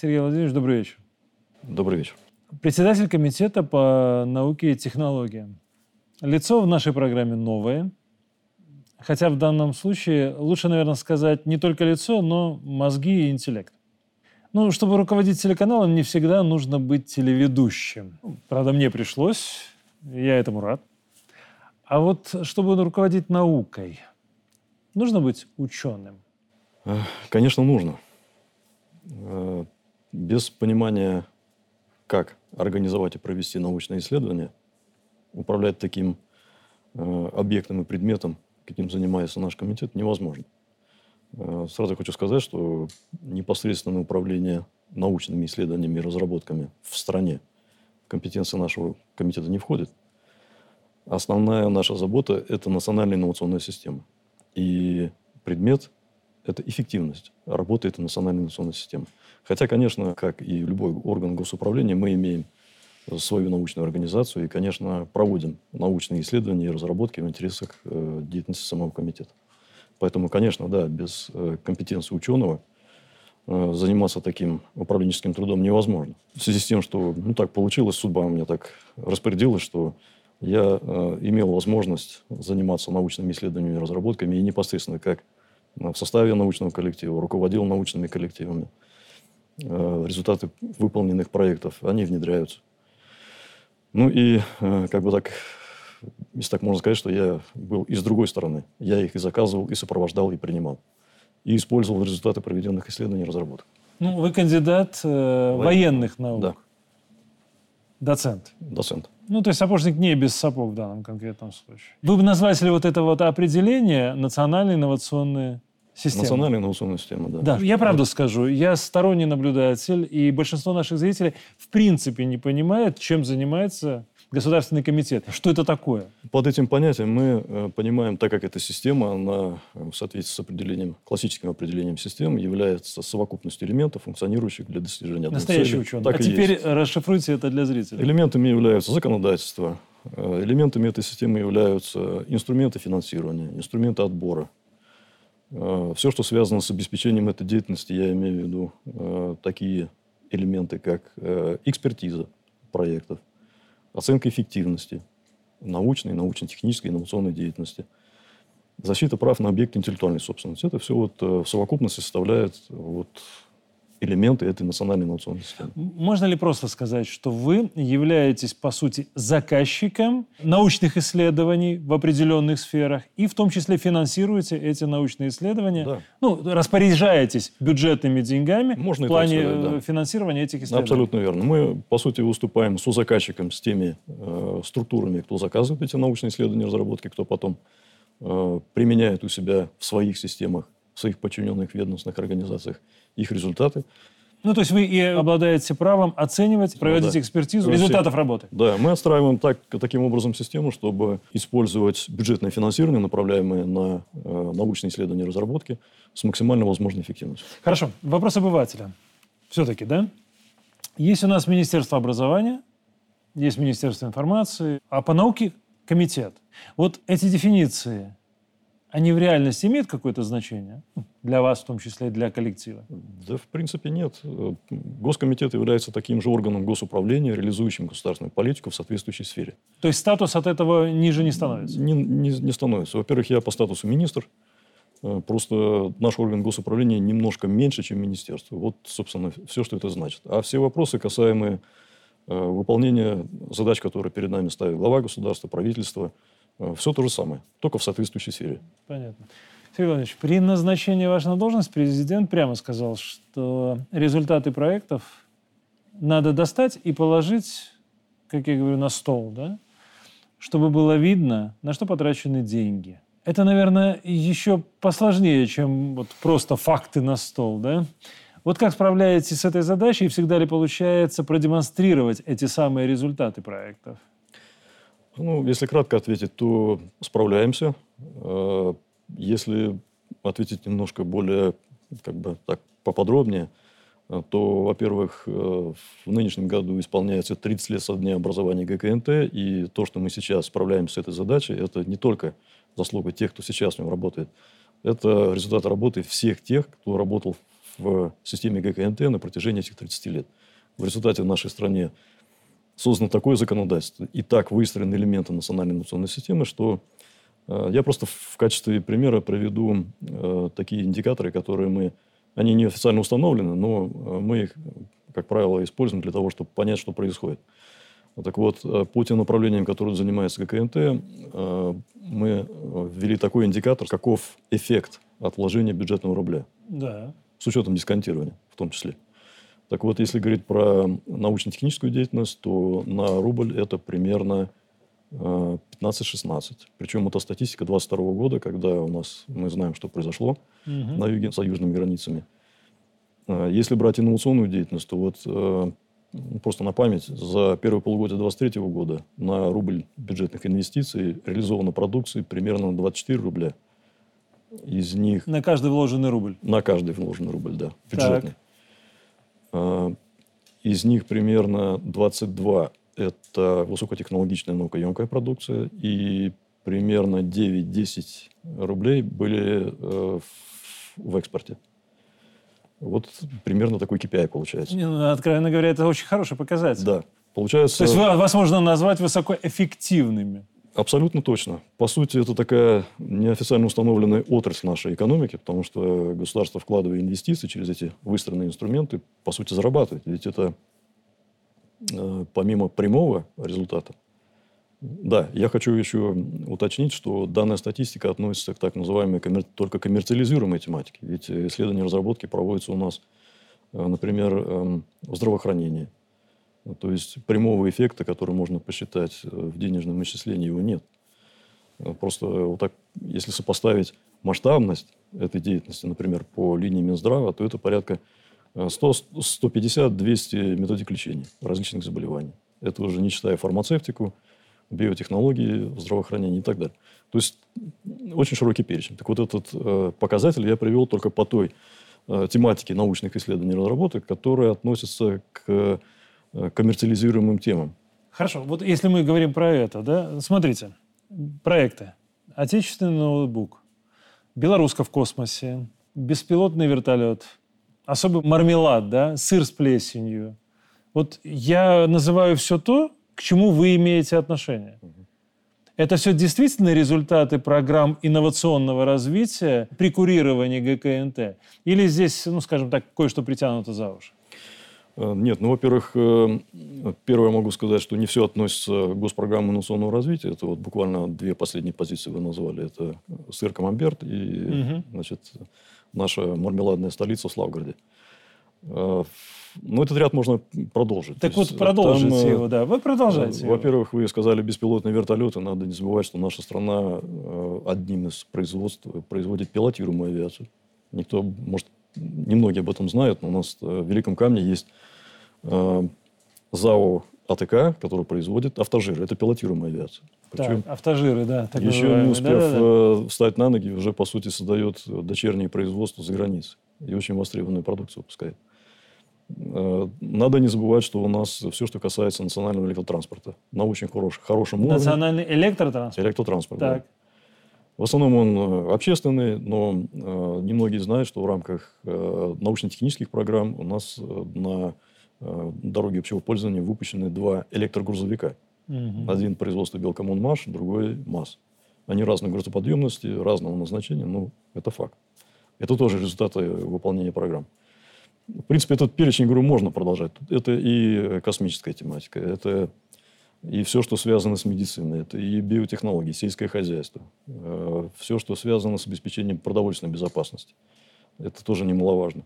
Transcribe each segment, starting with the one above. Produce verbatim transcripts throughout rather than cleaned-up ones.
Сергей Владимирович, добрый вечер. Добрый вечер. Председатель комитета по науке и технологиям. Лицо в нашей программе новое. Хотя в данном случае лучше, наверное, сказать не только лицо, но мозги и интеллект. Ну, чтобы руководить телеканалом, не всегда нужно быть телеведущим. Правда, мне пришлось, я этому рад. А вот чтобы руководить наукой, нужно быть ученым? Конечно, нужно. Без понимания, как организовать и провести научное исследование, управлять таким объектом и предметом, каким занимается наш комитет, невозможно. Сразу хочу сказать, что непосредственное управление научными исследованиями и разработками в стране в компетенции нашего комитета не входит. Основная наша забота – это национальная инновационная система. И предмет – это эффективность работы этой национальной инновационной системы. Хотя, конечно, как и любой орган госуправления, мы имеем свою научную организацию и, конечно, проводим научные исследования и разработки в интересах э, деятельности самого комитета. Поэтому, конечно, да, без э, компетенции ученого э, заниматься таким управленческим трудом невозможно. В связи с тем, что ну, так получилось, судьба у меня так распорядилась, что я э, имел возможность заниматься научными исследованиями и разработками и непосредственно как в составе научного коллектива, руководил научными коллективами. Э, результаты выполненных проектов, они внедряются. Ну и, э, как бы так, если так можно сказать, что я был и с другой стороны. Я их и заказывал, и сопровождал, и принимал. И использовал результаты проведенных исследований и разработок. Ну, вы кандидат э, военных наук. Да. Доцент. Доцент. Ну, то есть сапожник не без сапог в данном конкретном случае. Вы бы назвали ли вот это вот определение национальной инновационной системы? Национальная инновационная система, да. Да, я правду скажу. Я сторонний наблюдатель, и большинство наших зрителей в принципе не понимает, чем занимается Государственный комитет. Что это такое? Под этим понятием мы э, понимаем, так как эта система, она в соответствии с определением, классическим определением системы, является совокупностью элементов, функционирующих для достижения одной цели. Настоящий ученый. Так а и теперь есть. Расшифруйте это для зрителей. Элементами являются законодательство. Элементами этой системы являются инструменты финансирования, инструменты отбора. Все, что связано с обеспечением этой деятельности, я имею в виду такие элементы, как экспертиза проектов, оценка эффективности научной, научно-технической, инновационной деятельности, защита прав на объекты интеллектуальной собственности. Это все вот в совокупности составляет вот элементы этой национальной инновационной системы. Можно ли просто сказать, что вы являетесь, по сути, заказчиком научных исследований в определенных сферах и в том числе финансируете эти научные исследования? Да. Ну, распоряжаетесь бюджетными деньгами Можно в плане сказать, да. финансирования этих исследований? Абсолютно верно. Мы, по сути, выступаем созаказчиком с теми э, структурами, кто заказывает эти научные исследования и разработки, кто потом э, применяет у себя в своих системах, в своих подчиненных ведомственных организациях их результаты. Ну, то есть вы и обладаете правом оценивать, проводить да. экспертизу То результатов работы? Да, мы отстраиваем так, таким образом систему, чтобы использовать бюджетное финансирование, направляемое на э, научные исследования и разработки, с максимально возможной эффективностью. Хорошо. Вопрос обывателя. Все-таки, да? Есть у нас Министерство образования, есть Министерство информации, а по науке комитет. Вот эти дефиниции, они в реальности имеют какое-то значение? Для вас, в том числе, и для коллектива? Да, в принципе, нет. Госкомитет является таким же органом госуправления, реализующим государственную политику в соответствующей сфере. То есть статус от этого ниже не становится? Не, не, не становится. Во-первых, я по статусу министр. Просто наш орган госуправления немножко меньше, чем министерство. Вот, собственно, все, что это значит. А все вопросы, касаемые выполнения задач, которые перед нами ставит глава государства, правительство, все то же самое, только в соответствующей сфере. Понятно. Сергей Владимирович, при назначении вас на должность президент прямо сказал, что результаты проектов надо достать и положить, как я говорю, на стол, да? Чтобы было видно, на что потрачены деньги. Это, наверное, еще посложнее, чем вот просто факты на стол, да? Вот как справляетесь с этой задачей и всегда ли получается продемонстрировать эти самые результаты проектов? Ну, если кратко ответить, то справляемся. Если ответить немножко более, как бы так, поподробнее, то, во-первых, в нынешнем году исполняется тридцать лет со дня образования ГКНТ, и то, что мы сейчас справляемся с этой задачей, это не только заслуга тех, кто сейчас в нем работает, это результат работы всех тех, кто работал в системе ГКНТ на протяжении этих тридцати лет. В результате в нашей стране создано такое законодательство и так выстроены элементы национальной инновационной системы, что э, я просто в качестве примера приведу э, такие индикаторы, которые мы... Они не официально установлены, но э, мы их, как правило, используем для того, чтобы понять, что происходит. Так вот, по тем направлениям, которым занимается ГКНТ, мы ввели такой индикатор, каков эффект от вложения бюджетного рубля. Да. С учетом дисконтирования в том числе. Так вот, если говорить про научно-техническую деятельность, то на рубль это примерно пятнадцать-шестнадцать. Причем это статистика двадцать второго года, когда у нас, мы знаем, что произошло угу. на юге с южными границами. Если брать инновационную деятельность, то вот... Просто на память, за первое полугодие двадцать третьего года на рубль бюджетных инвестиций реализовано продукции примерно двадцать четыре рубля. Из них... На каждый вложенный рубль? На каждый вложенный рубль, да, бюджетный. Так. Из них примерно двадцать два – это высокотехнологичная наукоемкая продукция. И примерно девять-десять рублей были в экспорте. Вот примерно такой кей пи ай получается. Не, ну, откровенно говоря, это очень хороший показатель. Да. Получается... То есть вас можно назвать высокоэффективными. Абсолютно точно. По сути, это такая неофициально установленная отрасль нашей экономики, потому что государство, вкладывая инвестиции через эти выстроенные инструменты, по сути, зарабатывает. Ведь это э, помимо прямого результата. Да, я хочу еще уточнить, что данная статистика относится к так называемой коммер... только коммерциализируемой тематике. Ведь исследования и разработки проводятся у нас, например, в здравоохранении. То есть прямого эффекта, который можно посчитать в денежном исчислении, его нет. Просто вот так, если сопоставить масштабность этой деятельности, например, по линии Минздрава, то это порядка сто, сто пятьдесят - двести методик лечения различных заболеваний. Это уже не считая фармацевтику, биотехнологии, здравоохранения и так далее. То есть очень широкий перечень. Так вот этот э, показатель я привел только по той э, тематике научных исследований и разработок, которая относится к э, коммерциализируемым темам. Хорошо. Вот если мы говорим про это, да, смотрите, проекты. Отечественный ноутбук, белоруска в космосе, беспилотный вертолет, особый мармелад, да, сыр с плесенью. Вот я называю все то, к чему вы имеете отношение. Угу. Это все действительно результаты программ инновационного развития при курировании ГКНТ? Или здесь, ну, скажем так, кое-что притянуто за уши? Нет, ну, во-первых, первое могу сказать, что не все относится к госпрограмме инновационного развития. Это вот буквально две последние позиции вы назвали. Это сыр Камамберт и, угу. значит, наша мармеладная столица в Славгороде. Ну, этот ряд можно продолжить. Так вот, продолжите там, его, да. Вы продолжайте. Во-первых, вы сказали беспилотные вертолеты. Надо не забывать, что наша страна одним из производств производит пилотируемую авиацию. Никто, может, немногие об этом знают, но у нас в Великом Камне есть ЗАО АТК, который производит автожиры. Это пилотируемая авиация. Причем так, автожиры, да. Так еще называемые. не успев Да-да-да. встать на ноги, уже, по сути, создает дочерние производства за границей. И очень востребованную продукцию выпускает. Надо не забывать, что у нас все, что касается национального электротранспорта, на очень хорош, хорошем уровне. Национальный электротранспорт? Электротранспорт, так. да. В основном он общественный, но э, немногие знают, что в рамках э, научно-технических программ у нас э, на э, дороге общего пользования выпущены два электрогрузовика. Угу. Один производство Белкоммунмаш, другой МАЗ. Они разной грузоподъемности, разного назначения, но это факт. Это тоже результаты выполнения программ. В принципе, этот перечень, говорю, можно продолжать. Это и космическая тематика, это и все, что связано с медициной, это и биотехнологии, сельское хозяйство, все, что связано с обеспечением продовольственной безопасности. Это тоже немаловажно.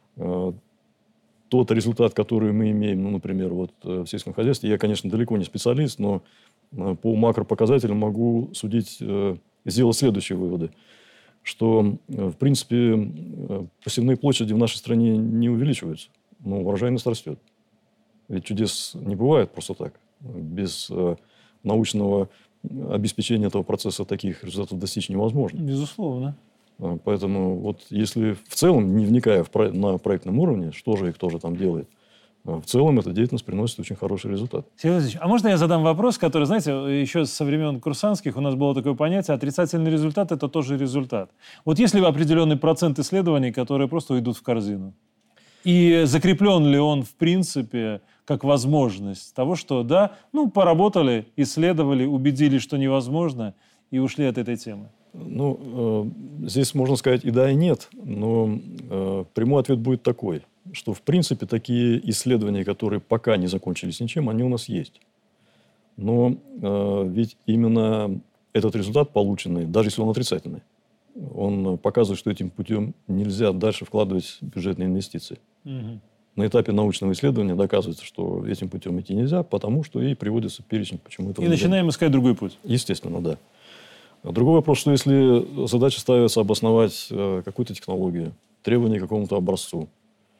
Тот результат, который мы имеем, ну, например, вот в сельском хозяйстве, я, конечно, далеко не специалист, но по макропоказателям могу судить, сделать следующие выводы. Что, в принципе, посевные площади в нашей стране не увеличиваются, но урожайность растет. Ведь чудес не бывает просто так. Без э, научного обеспечения этого процесса таких результатов достичь невозможно. Безусловно. Поэтому вот если в целом, не вникая в про... на проектном уровне, что же и кто же там делает, в целом эта деятельность приносит очень хороший результат. Сергей Владимирович, а можно я задам вопрос, который, знаете, еще со времен курсантских у нас было такое понятие: отрицательный результат – это тоже результат. Вот есть ли определенный процент исследований, которые просто уйдут в корзину? И закреплен ли он, в принципе, как возможность того, что, да, ну, поработали, исследовали, убедились, что невозможно, и ушли от этой темы? Ну, э, здесь можно сказать и да, и нет. Но э, прямой ответ будет такой, что, в принципе, такие исследования, которые пока не закончились ничем, они у нас есть. Но э, ведь именно этот результат полученный, даже если он отрицательный, он показывает, что этим путем нельзя дальше вкладывать бюджетные инвестиции. Угу. На этапе научного исследования доказывается, что этим путем идти нельзя, потому что и приводится перечень, почему это. И начинаем искать другой путь. Естественно, да. Другой вопрос, что если задача ставится обосновать э, какую-то технологию, требования к какому-то образцу,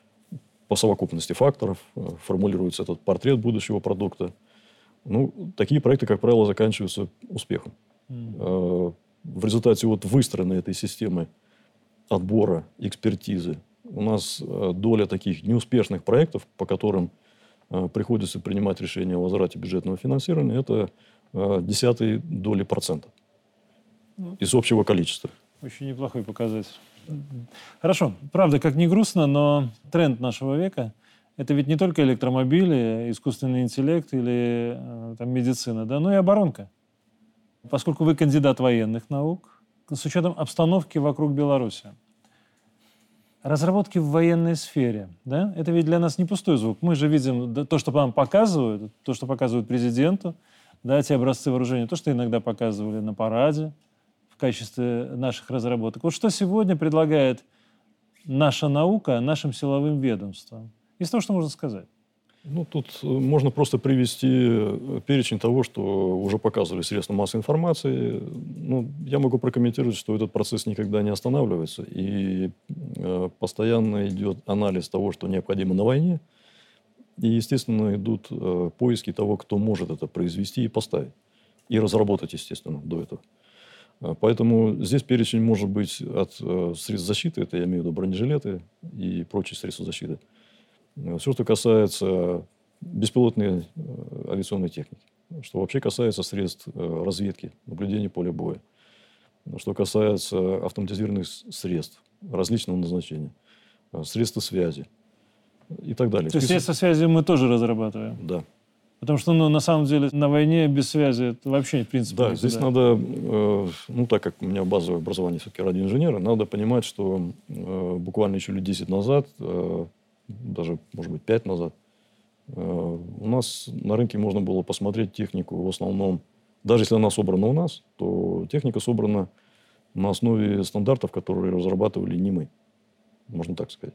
по совокупности факторов э, формулируется этот портрет будущего продукта. Ну, такие проекты, как правило, заканчиваются успехом. Mm. Э, в результате вот выстроенной этой системы отбора, экспертизы, у нас э, доля таких неуспешных проектов, по которым э, приходится принимать решение о возврате бюджетного финансирования, это э, десятые доли процента из общего количества. Очень неплохой показатель. Хорошо. Правда, как ни грустно, но тренд нашего века – это ведь не только электромобили, искусственный интеллект или э, там, медицина, да, но и оборонка. Поскольку вы кандидат военных наук, с учетом обстановки вокруг Беларуси, разработки в военной сфере, да, это ведь для нас не пустой звук. Мы же видим да, то, что нам показывают, то, что показывают президенту, да, те образцы вооружения, то, что иногда показывали на параде, в качестве наших разработок. Вот что сегодня предлагает наша наука нашим силовым ведомствам? Из того, что можно сказать. Ну, тут можно просто привести перечень того, что уже показывали средства массовой информации. Ну, я могу прокомментировать, что этот процесс никогда не останавливается. И э, постоянно идет анализ того, что необходимо на войне. И, естественно, идут э, поиски того, кто может это произвести и поставить. И разработать, естественно, до этого. Поэтому здесь перечень может быть от э, средств защиты, это я имею в виду бронежилеты и прочие средства защиты. Все, что касается беспилотной э, авиационной техники. Что вообще касается средств э, разведки, наблюдения поля боя. Что касается автоматизированных средств различного назначения. Э, средства связи и так далее. То есть средства связи мы тоже разрабатываем? Да. Потому что, ну, на самом деле, на войне без связи это вообще, в принципе, да, здесь надо, э, ну, так как у меня базовое образование все-таки радиоинженера, надо понимать, что э, буквально еще лет десять назад, э, даже, может быть, пять назад, э, у нас на рынке можно было посмотреть технику в основном, даже если она собрана у нас, то техника собрана на основе стандартов, которые разрабатывали не мы, можно так сказать.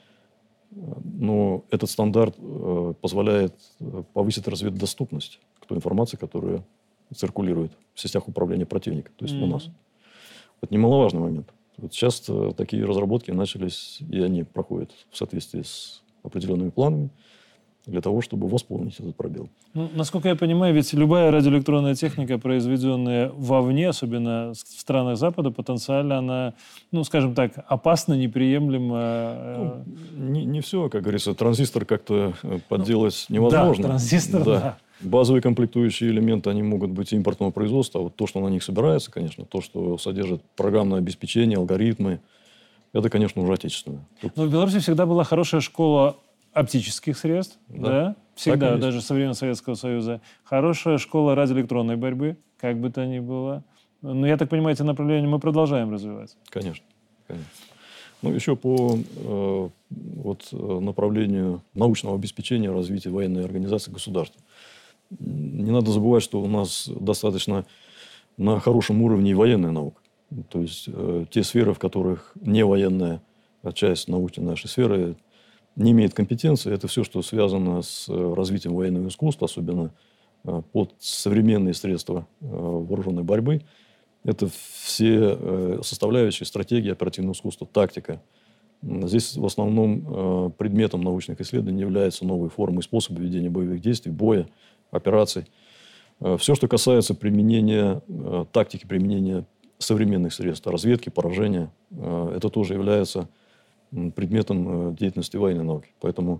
Но этот стандарт э, позволяет повысить разведдоступность к той информации, которая циркулирует в сетях управления противника, то есть mm-hmm. у нас. Это немаловажный момент. Вот сейчас такие разработки начались, и они проходят в соответствии с определенными планами для того, чтобы восполнить этот пробел. Ну, насколько я понимаю, ведь любая радиоэлектронная техника, произведенная вовне, особенно в странах Запада, потенциально она, ну, скажем так, опасна, неприемлема. Ну, не, не все, как говорится, транзистор как-то подделать ну, невозможно. Да, транзистор, да. да. Базовые комплектующие элементы, они могут быть импортного производства, а вот то, что на них собирается, конечно, то, что содержит программное обеспечение, алгоритмы, это, конечно, уже отечественное. Тут... Но в Беларуси всегда была хорошая школа оптических средств, да, да? Всегда, даже со времен Советского Союза. Хорошая школа радиоэлектронной борьбы, как бы то ни было. Но, я так понимаю, эти направления мы продолжаем развивать. Конечно. конечно. Ну, еще по э, вот, направлению научного обеспечения развития военной организации государства. Не надо забывать, что у нас достаточно на хорошем уровне и военная наука. То есть, э, те сферы, в которых не военная часть научной нашей сферы не имеет компетенции, это все, что связано с развитием военного искусства, особенно под современные средства вооруженной борьбы. Это все составляющие стратегии оперативного искусства, тактика. Здесь в основном предметом научных исследований являются новые формы и способы ведения боевых действий, боя, операций. Все, что касается применения тактики, применения современных средств, разведки, поражения, это тоже является предметом деятельности военной науки. Поэтому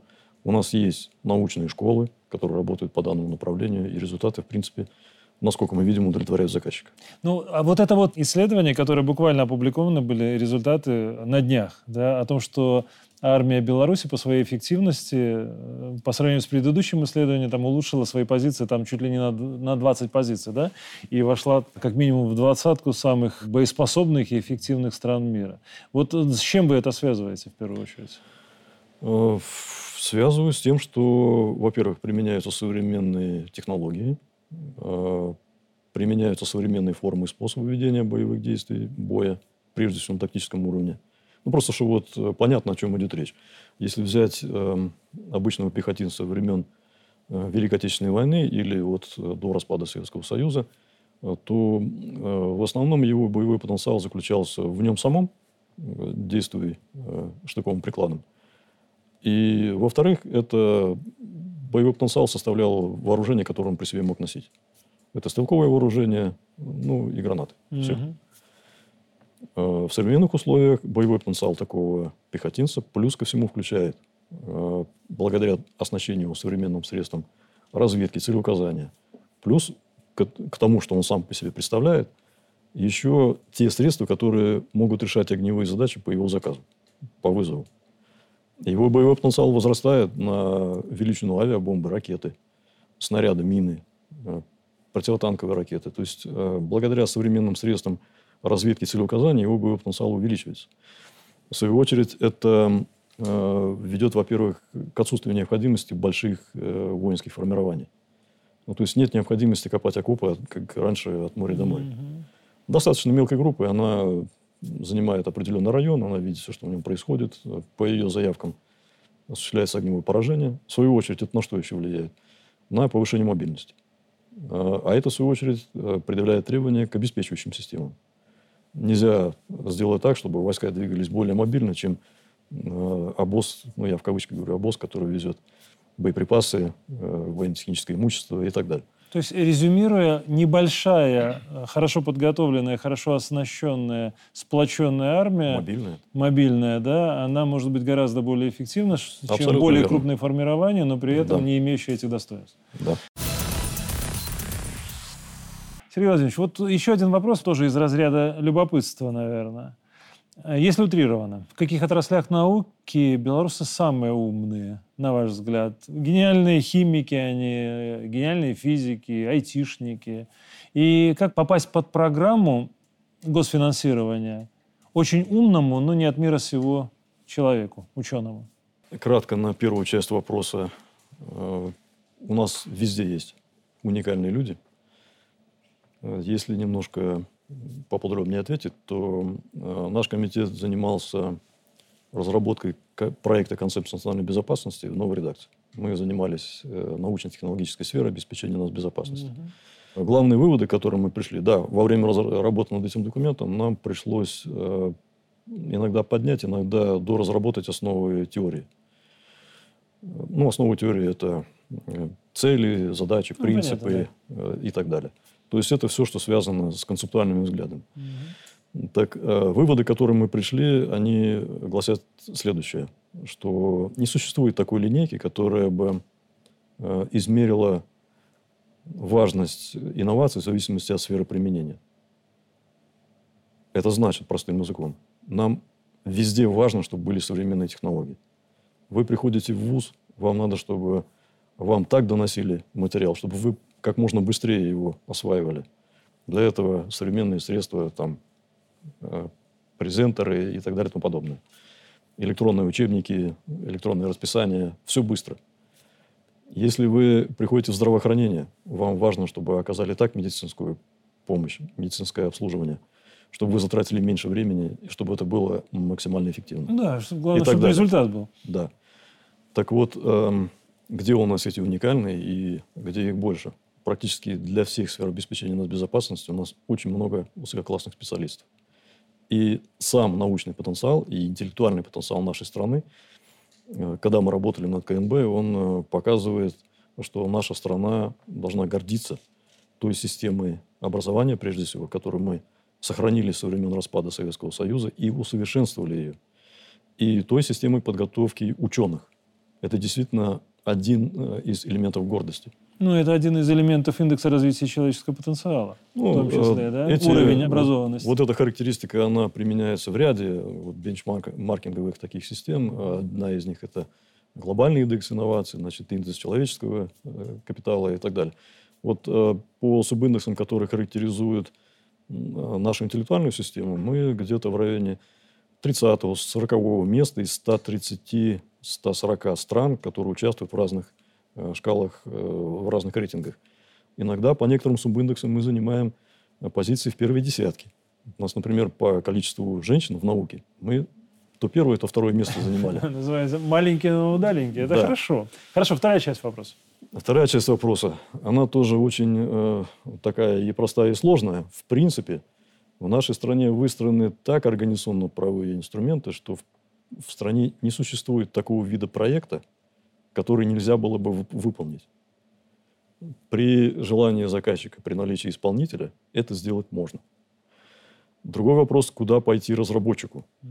У нас есть научные школы, которые работают по данному направлению, и результаты, в принципе, насколько мы видим, удовлетворяют заказчика. Ну, а вот это вот исследование, которое буквально опубликовано, были результаты на днях, да, о том, что армия Беларуси по своей эффективности, по сравнению с предыдущим исследованием, там улучшила свои позиции там чуть ли не на, на двадцать позиций, да, и вошла как минимум в двадцатку самых боеспособных и эффективных стран мира. Вот с чем вы это связываете в первую очередь? Связываю с тем, что, во-первых, применяются современные технологии, применяются современные формы и способы ведения боевых действий, боя, прежде всего на тактическом уровне. Ну, просто, что вот понятно, о чем идет речь. Если взять э, обычного пехотинца времен э, Великой Отечественной войны или вот до распада Советского Союза, э, то э, в основном его боевой потенциал заключался в нем самом, э, действуя э, штыковым прикладом. И, во-вторых, это боевой потенциал составлял вооружение, которое он при себе мог носить. Это стрелковое вооружение, ну и гранаты. Mm-hmm. Все. В современных условиях боевой потенциал такого пехотинца плюс ко всему включает, благодаря оснащению его современным средством разведки, целеуказания, плюс к, к тому, что он сам по себе представляет, еще те средства, которые могут решать огневые задачи по его заказу, по вызову. Его боевой потенциал возрастает на величину авиабомбы, ракеты, снаряды, мины, противотанковые ракеты. То есть, благодаря современным средствам разведки целеуказания его боевой потенциал увеличивается. В свою очередь, это э, ведет, во-первых, к отсутствию необходимости больших э, воинских формирований. Ну, то есть, нет необходимости копать окопы, как раньше, от моря до моря. Mm-hmm. Достаточно мелкой группы, она занимает определенный район, она видит все, что в нем происходит. По ее заявкам осуществляется огневое поражение. В свою очередь, это на что еще влияет? На повышение мобильности. А это, в свою очередь, предъявляет требования к обеспечивающим системам. Нельзя сделать так, чтобы войска двигались более мобильно, чем э, обоз, ну я в кавычках говорю, обоз, который везет боеприпасы, э, военно-техническое имущество и так далее. То есть, резюмируя, небольшая, хорошо подготовленная, хорошо оснащенная, сплоченная армия, мобильная, мобильная, да, она может быть гораздо более эффективна, чем абсолютно более верно. Крупные формирования, но при этом да. не имеющие этих достоинств. Да. Сергей Владимирович, вот еще один вопрос, тоже из разряда любопытства, наверное. Если утрированно, в каких отраслях науки белорусы самые умные, на ваш взгляд? Гениальные химики они, гениальные физики, айтишники. И как попасть под программу госфинансирования очень умному, но не от мира сего человеку, ученому? Кратко на первую часть вопроса. У нас везде есть уникальные люди. Если немножко поподробнее ответить, то э, наш комитет занимался разработкой проекта концепции национальной безопасности в новой редакции. Мы занимались э, научно-технологической сферой обеспечения нас безопасности. Mm-hmm. Главные выводы, к которым мы пришли, да, во время работы над этим документом нам пришлось э, иногда поднять, иногда доразработать основы теории. Ну, основы теории – это цели, задачи, ну, принципы понятно, да. и так далее. То есть, это все, что связано с концептуальными взглядами. Угу. Так, э, выводы, к которым мы пришли, они гласят следующее. Что не существует такой линейки, которая бы э, измерила важность инноваций в зависимости от сферы применения. Это значит, простым языком, нам везде важно, чтобы были современные технологии. Вы приходите в вуз, вам надо, чтобы вам так доносили материал, чтобы вы как можно быстрее его осваивали. Для этого современные средства, там, э, презентеры и так далее и тому подобное. Электронные учебники, электронное расписание. Все быстро. Если вы приходите в здравоохранение, вам важно, чтобы оказали так медицинскую помощь, медицинское обслуживание, чтобы вы затратили меньше времени, и чтобы это было максимально эффективно. Да, чтобы, главное, чтобы результат был. Да. Так вот, э, где у нас эти уникальные и где их больше? Практически для всех сфер обеспечения нас безопасности у нас очень много высококлассных специалистов. И сам научный потенциал и интеллектуальный потенциал нашей страны, когда мы работали над КНБ, он показывает, что наша страна должна гордиться той системой образования, прежде всего, которую мы сохранили со времен распада Советского Союза и усовершенствовали ее. И той системой подготовки ученых. это действительно один из элементов гордости. Ну, это один из элементов индекса развития человеческого потенциала, ну, в том числе, да? Эти, Уровень образованности. Вот, вот эта характеристика, она применяется в ряде вот, бенчмаркинговых таких систем. Одна из них – это глобальный индекс инноваций, значит, индекс человеческого капитала и так далее. Вот по субиндексам, которые характеризуют нашу интеллектуальную систему, мы где-то в районе тридцатого, сорокового места из ста тридцати - ста сорока стран, которые участвуют в разных шкалах, в разных рейтингах. Иногда по некоторым субиндексам мы занимаем позиции в первой десятке. У нас, например, по количеству женщин в науке мы то первое, то второе место занимали. Называется маленькие, но удаленькие. Это хорошо. Хорошо, вторая часть вопроса. Вторая часть вопроса, она тоже очень э, такая и простая, и сложная. В принципе, в нашей стране выстроены так организационно-правовые инструменты, что в, в стране не существует такого вида проекта, который нельзя было бы выполнить. При желании заказчика, при наличии исполнителя, это сделать можно. Другой вопрос, куда пойти разработчику. Угу.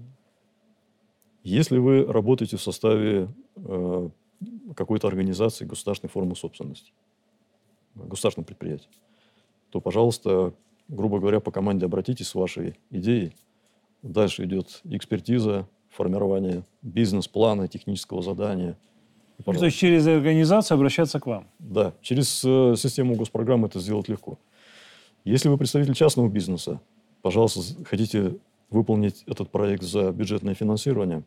Если вы работаете в составе э, какой-то организации государственной формы собственности, государственного предприятия, то, пожалуйста, грубо говоря, по команде обратитесь с вашей идеей. Дальше идет экспертиза, формирование бизнес-плана, технического задания. Ну, то есть через организацию обращаться к вам? Да, через э, систему госпрограммы это сделать легко. Если вы представитель частного бизнеса, пожалуйста, хотите выполнить этот проект за бюджетное финансирование,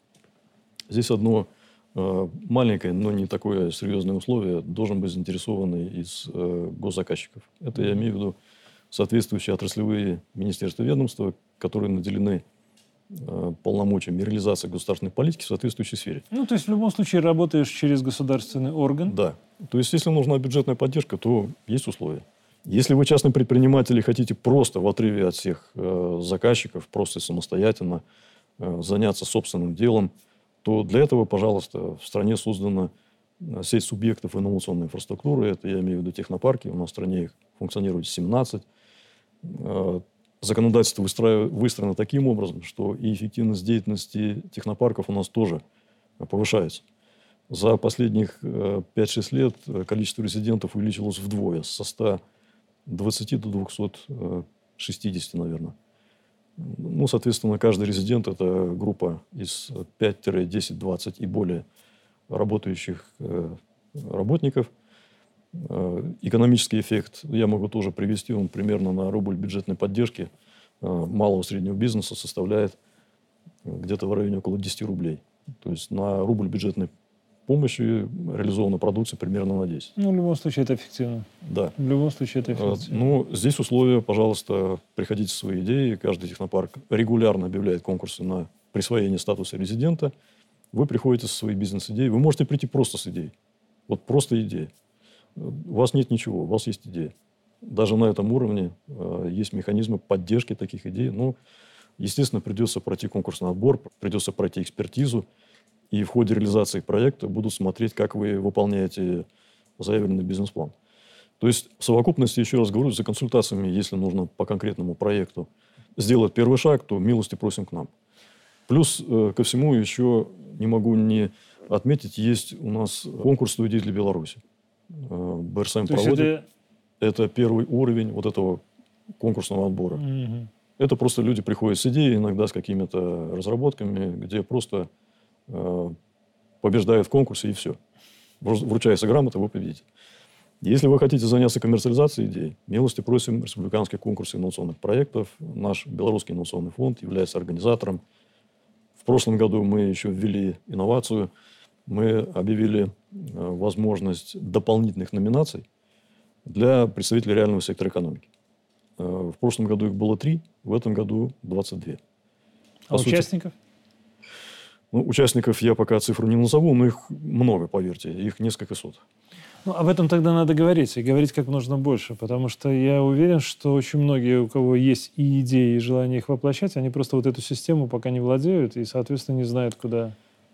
здесь одно э, маленькое, но не такое серьезное условие: должен быть заинтересованный из э, госзаказчиков. Это я имею в виду соответствующие отраслевые министерства и ведомства, которые наделены э, полномочиями реализации государственной политики в соответствующей сфере. Ну, то есть в любом случае работаешь через государственный орган? Да. То есть если нужна бюджетная поддержка, то есть условия. Если вы частный предприниматель и хотите просто в отрыве от всех э, заказчиков, просто самостоятельно э, заняться собственным делом, то для этого, пожалуйста, в стране создана сеть субъектов инновационной инфраструктуры. Это я имею в виду технопарки. У нас в стране их функционирует семнадцать. Э, законодательство выстроено таким образом, что и эффективность деятельности технопарков у нас тоже повышается. За последних э, пять-шесть лет количество резидентов увеличилось вдвое, со ста двадцати до двухсот шестидесяти, наверное. Ну, соответственно, каждый резидент – это группа из пяти, десяти, двадцати и более работающих работников. Экономический эффект я могу тоже привести. Он примерно на рубль бюджетной поддержки малого и среднего бизнеса составляет где-то в районе около десяти рублей. То есть на рубль бюджетной помощи реализована продукция примерно на десять. Ну, в любом случае, это эффективно. Да. В любом случае, это эффективно. Ну, здесь условия, пожалуйста, приходите со своей идеей. Каждый технопарк регулярно объявляет конкурсы на присвоение статуса резидента. Вы приходите со своей бизнес-идеей. Вы можете прийти просто с идеей. Вот просто идея. У вас нет ничего, у вас есть идея. Даже на этом уровне э, есть механизмы поддержки таких идей. Ну, естественно, придется пройти конкурсный отбор, придется пройти экспертизу. И в ходе реализации проекта будут смотреть, как вы выполняете заявленный бизнес-план. То есть, в совокупности, еще раз говорю, за консультациями, если нужно по конкретному проекту сделать первый шаг, то милости просим к нам. Плюс э, ко всему еще не могу не отметить, есть у нас конкурс «Студий для Беларуси». Э, БРСМ проводит. Это... это первый уровень вот этого конкурсного отбора. Mm-hmm. Это просто люди приходят с идеей, иногда с какими-то разработками, где просто э, побеждают в конкурсе и все. Вручается грамота, вы победите. Если вы хотите заняться коммерциализацией идей, милости просим республиканский конкурс инновационных проектов. Наш Белорусский инновационный фонд является организатором. В прошлом году мы еще ввели инновацию. Мы объявили возможность дополнительных номинаций для представителей реального сектора экономики. В прошлом году их было три, в этом году двадцать две. А участников? Сути, ну, участников я пока цифру не назову, но их много, поверьте, их несколько сот. Ну, об этом тогда надо говорить, и говорить как можно больше, потому что я уверен, что очень многие, у кого есть и идеи, и желание их воплощать, они просто вот эту систему пока не владеют и, соответственно, не знают, куда.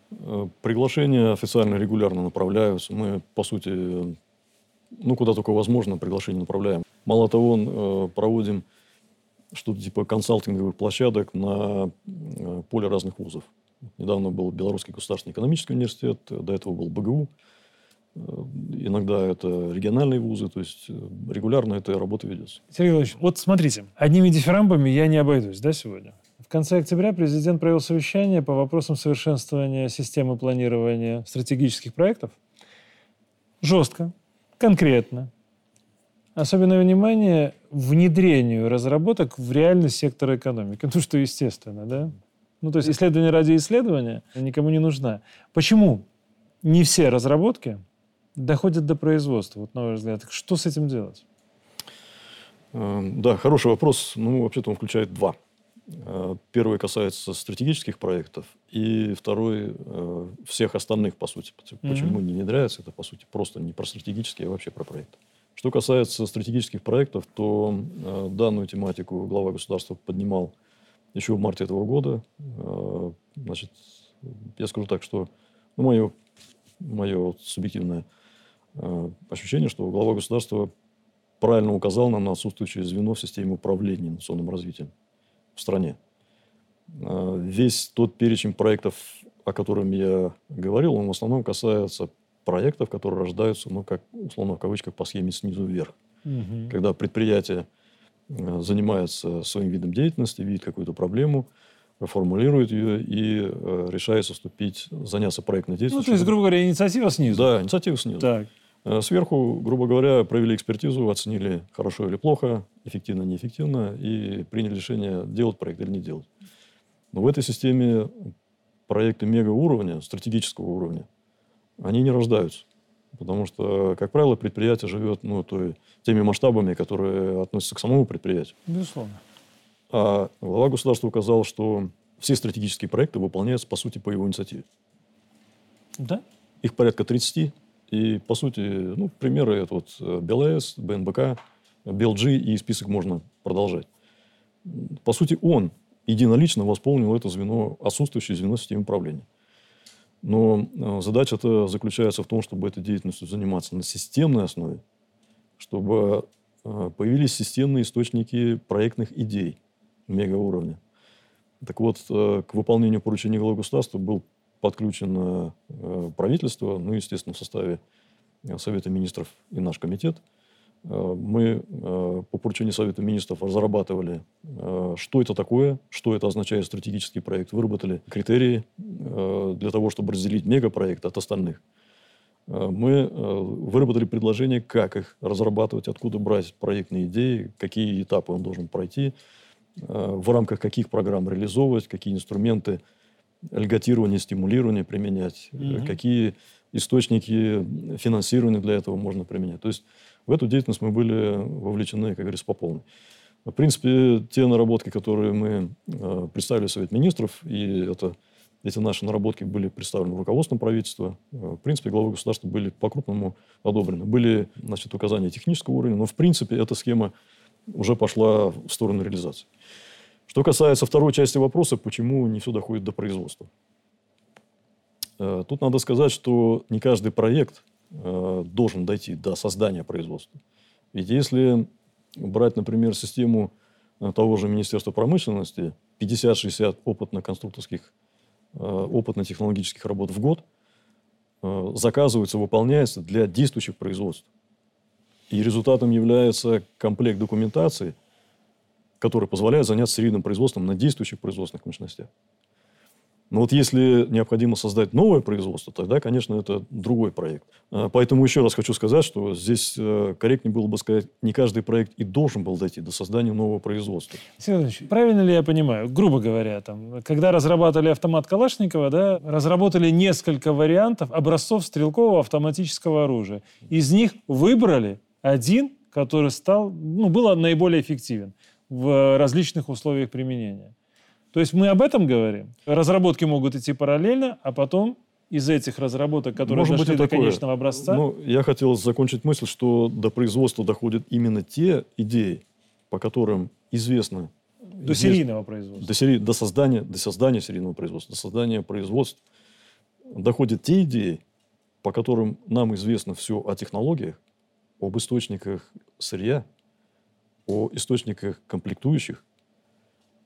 Приглашения официально регулярно направляются. Мы, по сути, ну, куда только возможно, приглашения направляем. Мало того, проводим что-то типа консалтинговых площадок на поле разных вузов. Недавно был Белорусский государственный экономический университет, до этого был бэ гэ у. Иногда это региональные вузы, то есть регулярно эта работа ведется. Сергей Владимирович, вот смотрите, одними дифирамбами я не обойдусь, да, сегодня? В конце октября президент провел совещание по вопросам совершенствования системы планирования стратегических проектов. Жестко, конкретно. Особенное внимание внедрению разработок в реальный сектор экономики. Ну, что естественно, да? Ну, то есть исследование ради исследования никому не нужна. Почему не все разработки доходят до производства, вот на ваш взгляд? Что с этим делать? Да, хороший вопрос. Ну, вообще-то он включает два. Первый касается стратегических проектов, и второй всех остальных, по сути. Почему mm-hmm. не внедряется? Это, по сути, просто не про стратегические, а вообще про проекты. Что касается стратегических проектов, то данную тематику глава государства поднимал еще в марте этого года. Значит, я скажу так, что ну, мое, мое вот субъективное ощущение, что глава государства правильно указал нам на отсутствующее звено в системе управления инновационным развитием в стране. Весь тот перечень проектов, о котором я говорил, он в основном касается проектов, которые рождаются, ну, как, условно, в кавычках, по схеме снизу вверх. Угу. Когда предприятие занимается своим видом деятельности, видит какую-то проблему, формулирует ее и э, решается вступить, заняться проектной деятельностью. Ну, то есть, грубо говоря, инициатива снизу. Да, инициатива снизу. Так. Сверху, грубо говоря, провели экспертизу, оценили хорошо или плохо, эффективно, неэффективно, и приняли решение, делать проект или не делать. Но в этой системе проекты мега-уровня, стратегического уровня, они не рождаются. Потому что, как правило, предприятие живет ну, той, теми масштабами, которые относятся к самому предприятию. Безусловно. А глава государства указал, что все стратегические проекты выполняются, по сути, по его инициативе. Да. Их порядка тридцати. И, по сути, ну, примеры это вот бэ эл эс, бэ эн бэ ка, бэ эл джи, и список можно продолжать. По сути, он единолично восполнил это звено, отсутствующее звено системы управления. Но задача-то заключается в том, чтобы этой деятельностью заниматься на системной основе, чтобы появились системные источники проектных идей мега-уровня. Так вот, к выполнению поручения главы государства был подключено правительство, ну, естественно, в составе Совета министров и наш комитет. Мы по поручению Совета министров разрабатывали, что это такое, что это означает стратегический проект, выработали критерии для того, чтобы разделить мегапроект от остальных. Мы выработали предложение, как их разрабатывать, откуда брать проектные идеи, какие этапы он должен пройти, в рамках каких программ реализовывать, какие инструменты льготирования, стимулирования применять, mm-hmm. какие источники финансирования для этого можно применять. То есть в эту деятельность мы были вовлечены, как говорится, по полной. В принципе, те наработки, которые мы э, представили в Совет министров, и это, эти наши наработки были представлены руководством правительства, э, в принципе, главой государства были по-крупному одобрены. Были, значит, указания технического уровня, но, в принципе, эта схема уже пошла в сторону реализации. Что касается второй части вопроса, почему не все доходит до производства. Э, тут надо сказать, что не каждый проект э, должен дойти до создания производства. Ведь если брать, например, систему того же Министерства промышленности, пятьдесят-шестьдесят опытно-конструкторских, опытно-технологических работ в год заказывается, выполняется для действующих производств. И результатом является комплект документации, который позволяет заняться серийным производством на действующих производственных мощностях. Но вот если необходимо создать новое производство, тогда, конечно, это другой проект. Поэтому еще раз хочу сказать, что здесь корректнее было бы сказать, не каждый проект и должен был дойти до создания нового производства. Сергей Ильич, правильно ли я понимаю, грубо говоря, там, когда разрабатывали автомат Калашникова, да, разработали несколько вариантов образцов стрелкового автоматического оружия. Из них выбрали один, который стал, ну, был наиболее эффективен в различных условиях применения. То есть мы об этом говорим. Разработки могут идти параллельно, а потом из этих разработок, которые Может дошли быть, до такое. конечного образца... Ну, я хотел закончить мысль, что до производства доходят именно те идеи, по которым известно... До известно, серийного производства. До, сери... до, создания, до создания серийного производства, до создания производств доходят те идеи, по которым нам известно все о технологиях, об источниках сырья, о источниках комплектующих,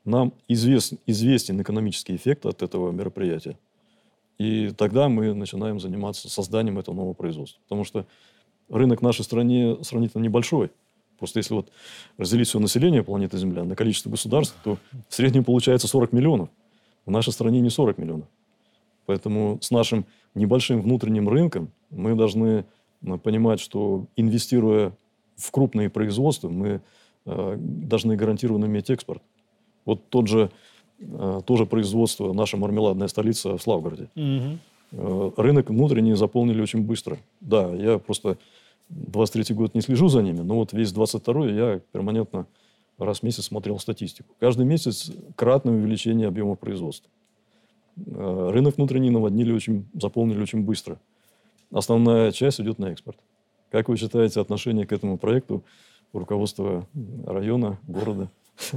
нам известен, известен экономический эффект от этого мероприятия. И тогда мы начинаем заниматься созданием этого нового производства. Потому что рынок в нашей стране сравнительно небольшой. Просто если вот разделить все население планеты Земля на количество государств, то в среднем получается сорок миллионов. В нашей стране не сорок миллионов. Поэтому с нашим небольшим внутренним рынком мы должны понимать, что инвестируя в крупные производства, мы э, должны гарантированно иметь экспорт. Вот тот же, э, тоже производство, наша мармеладная столица в Славгороде. Mm-hmm. Э, рынок внутренний заполнили очень быстро. Да, я просто двадцать третий год не слежу за ними, но вот весь двадцать второй я перманентно раз в месяц смотрел статистику. Каждый месяц кратное увеличение объема производства. Э, рынок внутренний наводнили очень, заполнили очень быстро. Основная часть идет на экспорт. Как вы считаете отношение к этому проекту руководства района, города?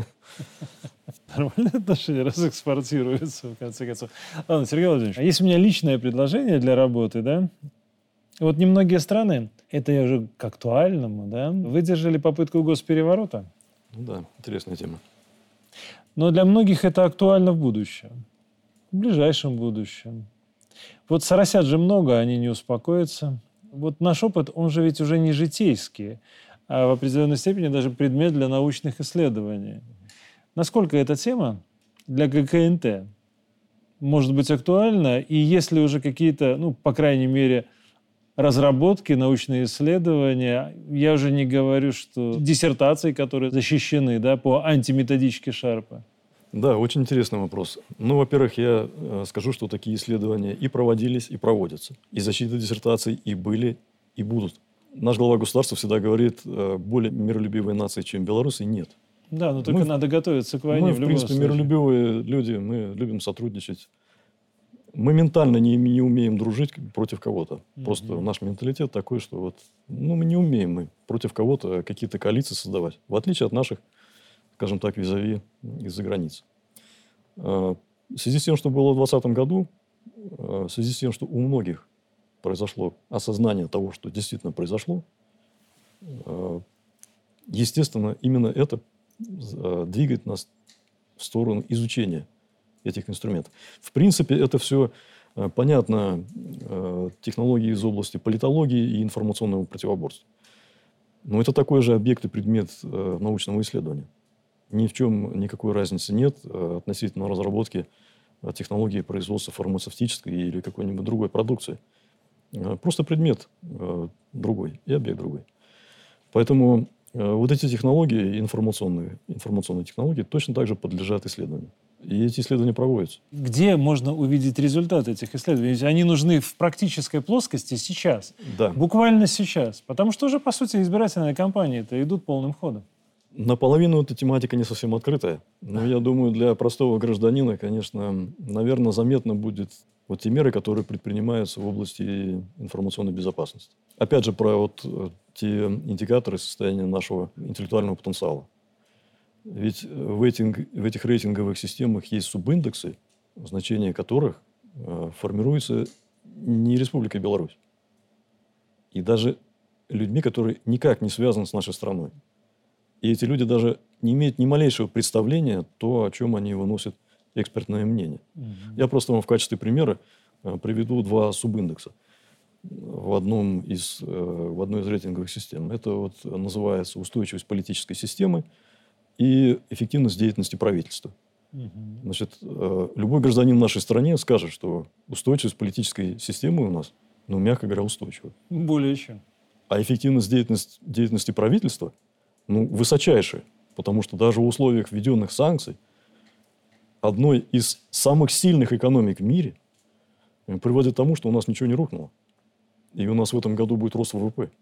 Нормальное отношение, раз экспортируется, в конце концов. Ладно, Сергей Владимирович, а есть у меня личное предложение для работы, да? Вот немногие страны, это я уже к актуальному, да, выдержали попытку госпереворота. Ну да, интересная тема. Но для многих это актуально в будущем, в ближайшем будущем. Вот соросят же много, они не успокоятся. Вот наш опыт, он же ведь уже не житейский, а в определенной степени даже предмет для научных исследований. Насколько эта тема для ГКНТ может быть актуальна? И есть ли уже какие-то, ну, по крайней мере, разработки, научные исследования? Я уже не говорю, что диссертации, которые защищены, да, по антиметодичке Шарпа. Да, очень интересный вопрос. Ну, во-первых, я э, скажу, что такие исследования и проводились, и проводятся. И защита диссертаций и были, и будут. Наш глава государства всегда говорит, э, более миролюбивой нации, чем Беларусь, нет. Да, но только мы, надо готовиться к войне. Мы, в, в любом принципе, случае. миролюбивые люди, мы любим сотрудничать. Мы ментально не, не умеем дружить против кого-то. Mm-hmm. Просто наш менталитет такой, что вот, ну, мы не умеем мы против кого-то какие-то коалиции создавать. В отличие от наших, скажем так, визави из-за границы. В связи с тем, что было в двадцатом году, в связи с тем, что у многих произошло осознание того, что действительно произошло, естественно, именно это двигает нас в сторону изучения этих инструментов. В принципе, это все понятно, технологии из области политологии и информационного противоборства. Но это такой же объект и предмет научного исследования. Ни в чем никакой разницы нет относительно разработки технологии производства фармацевтической или какой-нибудь другой продукции. Просто предмет другой и объект другой. Поэтому вот эти технологии, информационные, информационные технологии, точно так же подлежат исследованию. И эти исследования проводятся. Где можно увидеть результаты этих исследований? Ведь они нужны в практической плоскости сейчас. Да. Буквально сейчас. Потому что уже, по сути, избирательные кампании-то идут полным ходом. Наполовину эта тематика не совсем открытая. Но я думаю, для простого гражданина, конечно, наверное, заметно будет вот те меры, которые предпринимаются в области информационной безопасности. Опять же, про вот те индикаторы состояния нашего интеллектуального потенциала. Ведь в, этих, в этих рейтинговых системах есть субиндексы, значение которых э, формируется не Республикой Беларусь. И даже людьми, которые никак не связаны с нашей страной. И эти люди даже не имеют ни малейшего представления то, о чем они выносят экспертное мнение. Mm-hmm. Я просто вам в качестве примера э, приведу два субиндекса в, одном из, э, в одной из рейтинговых систем. Это вот называется устойчивость политической системы и эффективность деятельности правительства. Mm-hmm. Значит, э, любой гражданин в нашей стране скажет, что устойчивость политической системы у нас, ну, мягко говоря, устойчива. Более чем. А эффективность деятельности, деятельности правительства, ну, высочайшая. Потому что даже в условиях введенных санкций одной из самых сильных экономик в мире приводит к тому, что у нас ничего не рухнуло. И у нас в этом году будет рост вэ вэ пэ.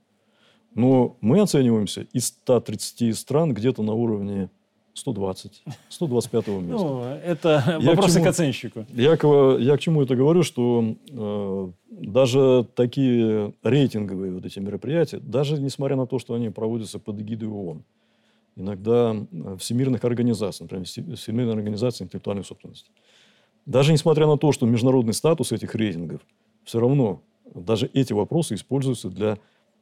Но мы оцениваемся из ста тридцати стран где-то на уровне сто двадцать, сто двадцать пятого места. Ну, это я вопросы к, чему, к оценщику. Я, я к чему это говорю, что э, даже такие рейтинговые вот эти мероприятия, даже несмотря на то, что они проводятся под эгидой ООН, иногда всемирных организаций, например, Всемирной организации интеллектуальной собственности, даже несмотря на то, что международный статус этих рейтингов, все равно даже эти вопросы используются для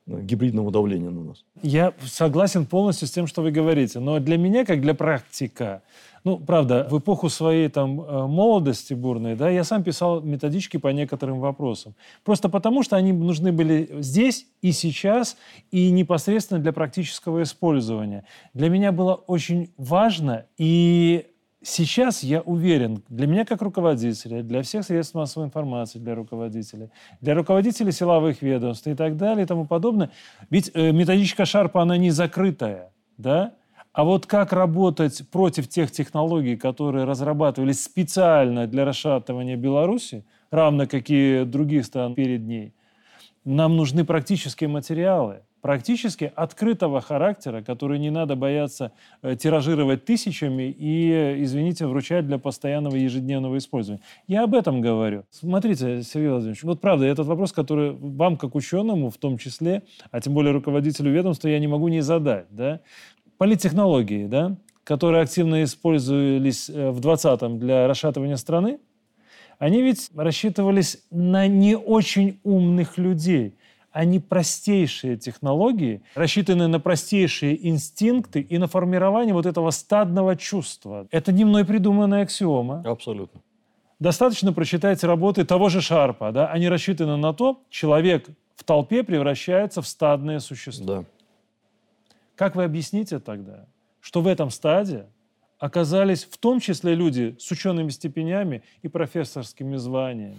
гибридного давления на нас. Я согласен полностью с тем, что вы говорите. Но для меня, как для практика, ну, правда, в эпоху своей там молодости бурной, да, я сам писал методички по некоторым вопросам. Просто потому, что они нужны были здесь и сейчас, и непосредственно для практического использования. Для меня было очень важно, и сейчас я уверен, для меня как руководителя, для всех средств массовой информации, для руководителей, для руководителей силовых ведомств и так далее и тому подобное, ведь э, методичка Шарпа, она не закрытая, да? А вот как работать против тех технологий, которые разрабатывались специально для расшатывания Беларуси, равно как и других стран перед ней, нам нужны практические материалы, практически открытого характера, которые не надо бояться э, тиражировать тысячами и, извините, вручать для постоянного ежедневного использования. Я об этом говорю. Смотрите, Сергей Владимирович, вот правда, этот вопрос, который вам, как ученому в том числе, а тем более руководителю ведомства, я не могу не задать, да? Политтехнологии, да, которые активно использовались в двадцатом для расшатывания страны, они ведь рассчитывались на не очень умных людей. Они простейшие технологии, рассчитанные на простейшие инстинкты и на формирование вот этого стадного чувства. Это не мной придуманная аксиома. Абсолютно. Достаточно прочитать работы того же Шарпа, да, они рассчитаны на то, человек в толпе превращается в стадное существо. Да. Как вы объясните тогда, что в этом стаде оказались в том числе люди с учеными степенями и профессорскими званиями?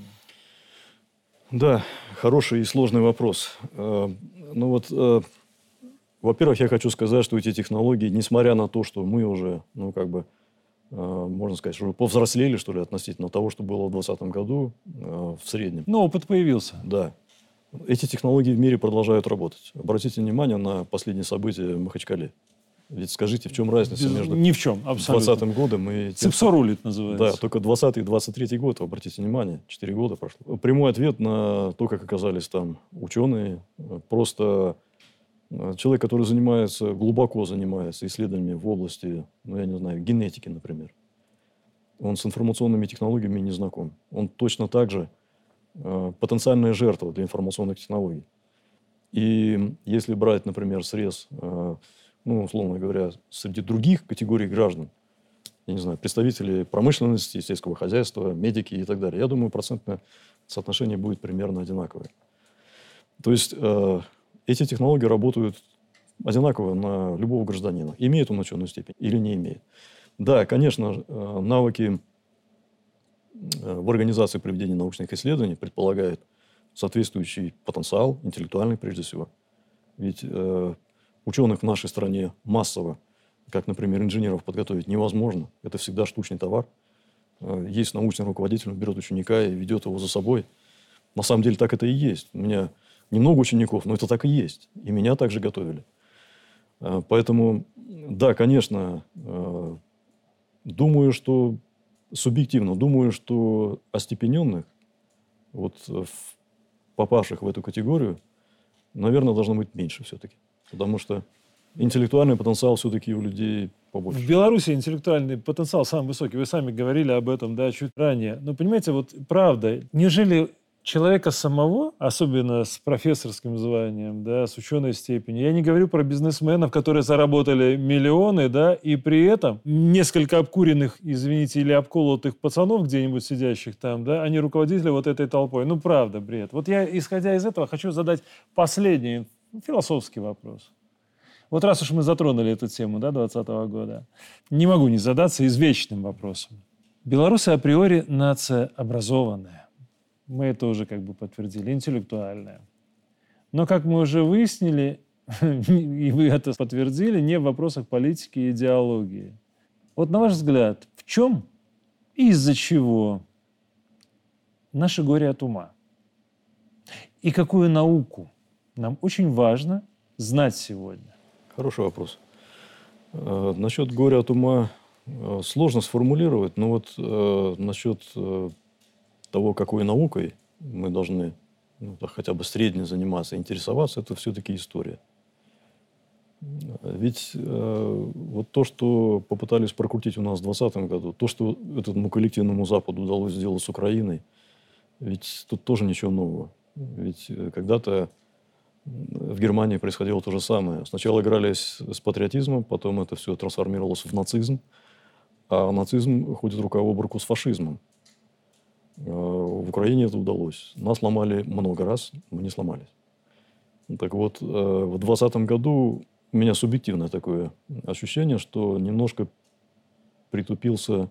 Да, хороший и сложный вопрос. Ну вот, во-первых, я хочу сказать, что эти технологии, несмотря на то, что мы уже, ну как бы, можно сказать, уже повзрослели, что ли, относительно того, что было в двадцатом году в среднем. Но опыт появился. Да. Эти технологии в мире продолжают работать. Обратите внимание на последние события в Махачкале. Ведь скажите, в чем разница Без... между Ни в чем, абсолютно. двадцатым годом и... Тем, Цепсо рулит называется. Да, только двадцатый и двадцать третий год, обратите внимание, четыре года прошло. Прямой ответ на то, как оказались там ученые, просто человек, который занимается, глубоко занимается исследованиями в области, ну, я не знаю, генетики, например. Он с информационными технологиями не знаком. Он точно так же э, потенциальная жертва для информационных технологий. И если брать, например, срез... Э, ну, условно говоря, среди других категорий граждан, я не знаю, представители промышленности, сельского хозяйства, медики и так далее, я думаю, процентное соотношение будет примерно одинаковое. То есть, э, эти технологии работают одинаково на любого гражданина. Имеет он ученую степень или не имеет. Да, конечно, э, навыки э, в организации проведения научных исследований предполагают соответствующий потенциал, интеллектуальный прежде всего. Ведь... Э, Ученых в нашей стране массово, как, например, инженеров подготовить невозможно. Это всегда штучный товар. Есть научный руководитель, он берет ученика и ведет его за собой. На самом деле так это и есть. У меня немного учеников, но это так и есть. И меня также готовили. Поэтому, да, конечно, думаю, что субъективно, думаю, что остепененных, вот, попавших в эту категорию, наверное, должно быть меньше все-таки. Потому что интеллектуальный потенциал все-таки у людей побольше. В Беларуси интеллектуальный потенциал самый высокий. Вы сами говорили об этом, да, чуть ранее. Но понимаете, вот правда, неужели человека самого, особенно с профессорским званием, да, с ученой степенью, я не говорю про бизнесменов, которые заработали миллионы, да, и при этом несколько обкуренных, извините, или обколотых пацанов где-нибудь сидящих там, да, они руководители вот этой толпой. Ну, правда, бред. Вот я, исходя из этого, хочу задать последний философский вопрос. Вот раз уж мы затронули эту тему, да, двадцатого года, не могу не задаться извечным вопросом. Белорусы априори нация образованная. Мы это уже как бы подтвердили, интеллектуальная. Но, как мы уже выяснили, и вы это подтвердили, не в вопросах политики и идеологии. Вот на ваш взгляд, в чем и из-за чего наше горе от ума? И какую науку нам очень важно знать сегодня? Хороший вопрос. Э, насчет горя от ума э, сложно сформулировать, но вот э, насчет э, того, какой наукой мы должны, ну, хотя бы средне заниматься, интересоваться, это все-таки история. Ведь э, вот то, что попытались прокрутить у нас в двадцатом году, то, что этому коллективному Западу удалось сделать с Украиной, ведь тут тоже ничего нового. Ведь когда-то В Германии происходило то же самое. Сначала играли с, с патриотизмом, потом это все трансформировалось в нацизм. А нацизм ходит рука об руку с фашизмом. В Украине это удалось. Нас ломали много раз, мы не сломались. Так вот, в двадцатом году у меня субъективное такое ощущение, что немножко притупился,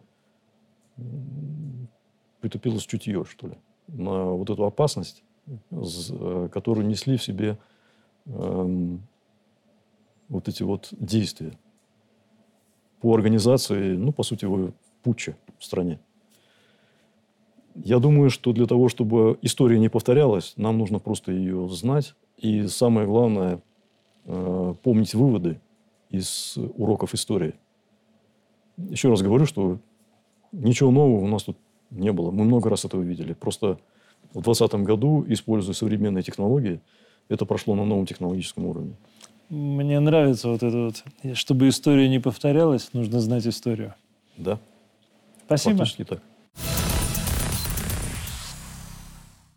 притупилось чутье, что ли, на вот эту опасность, которую несли в себе э, вот эти вот действия по организации, ну, по сути, путча в стране. Я думаю, что для того, чтобы история не повторялась, нам нужно просто ее знать. И самое главное, э, помнить выводы из уроков истории. Еще раз говорю, что ничего нового у нас тут не было. Мы много раз этого видели. Просто в двадцатом году, используя современные технологии, это прошло на новом технологическом уровне. Мне нравится вот это вот. Чтобы история не повторялась, нужно знать историю. Да. Спасибо. Фактически так.